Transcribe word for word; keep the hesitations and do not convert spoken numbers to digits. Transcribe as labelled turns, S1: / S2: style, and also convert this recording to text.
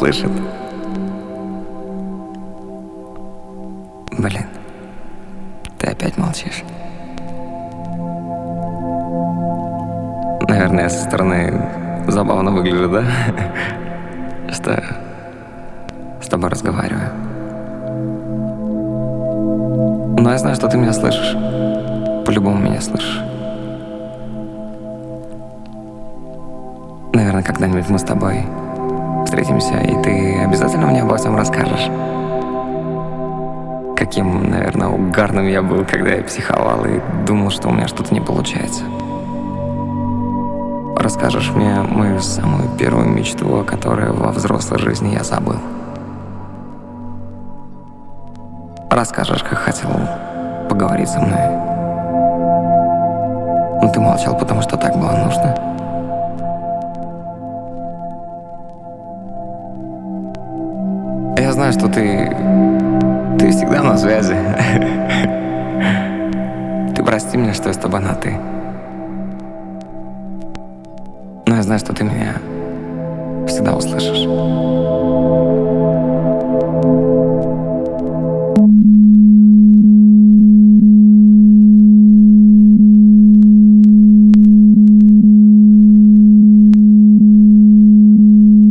S1: услышит. Блин, ты опять молчишь. Наверное, со стороны забавно выгляжу, да? Что я с тобой разговариваю. Но я знаю, что ты меня слышишь. По-любому меня слышишь. Наверное, когда-нибудь мы с тобой встретимся, и ты обязательно мне обо всем расскажешь. Каким, наверное, угарным я был, когда я психовал и думал, что у меня что-то не получается. Расскажешь мне мою самую первую мечту, о которой во взрослой жизни я забыл. Расскажешь, как хотел поговорить со мной. Но ты молчал, потому что так было нужно. Я знаю, что ты... Ты всегда на связи. Ты прости меня, что я с тобой на «ты». Но я знаю, что ты меня всегда услышишь.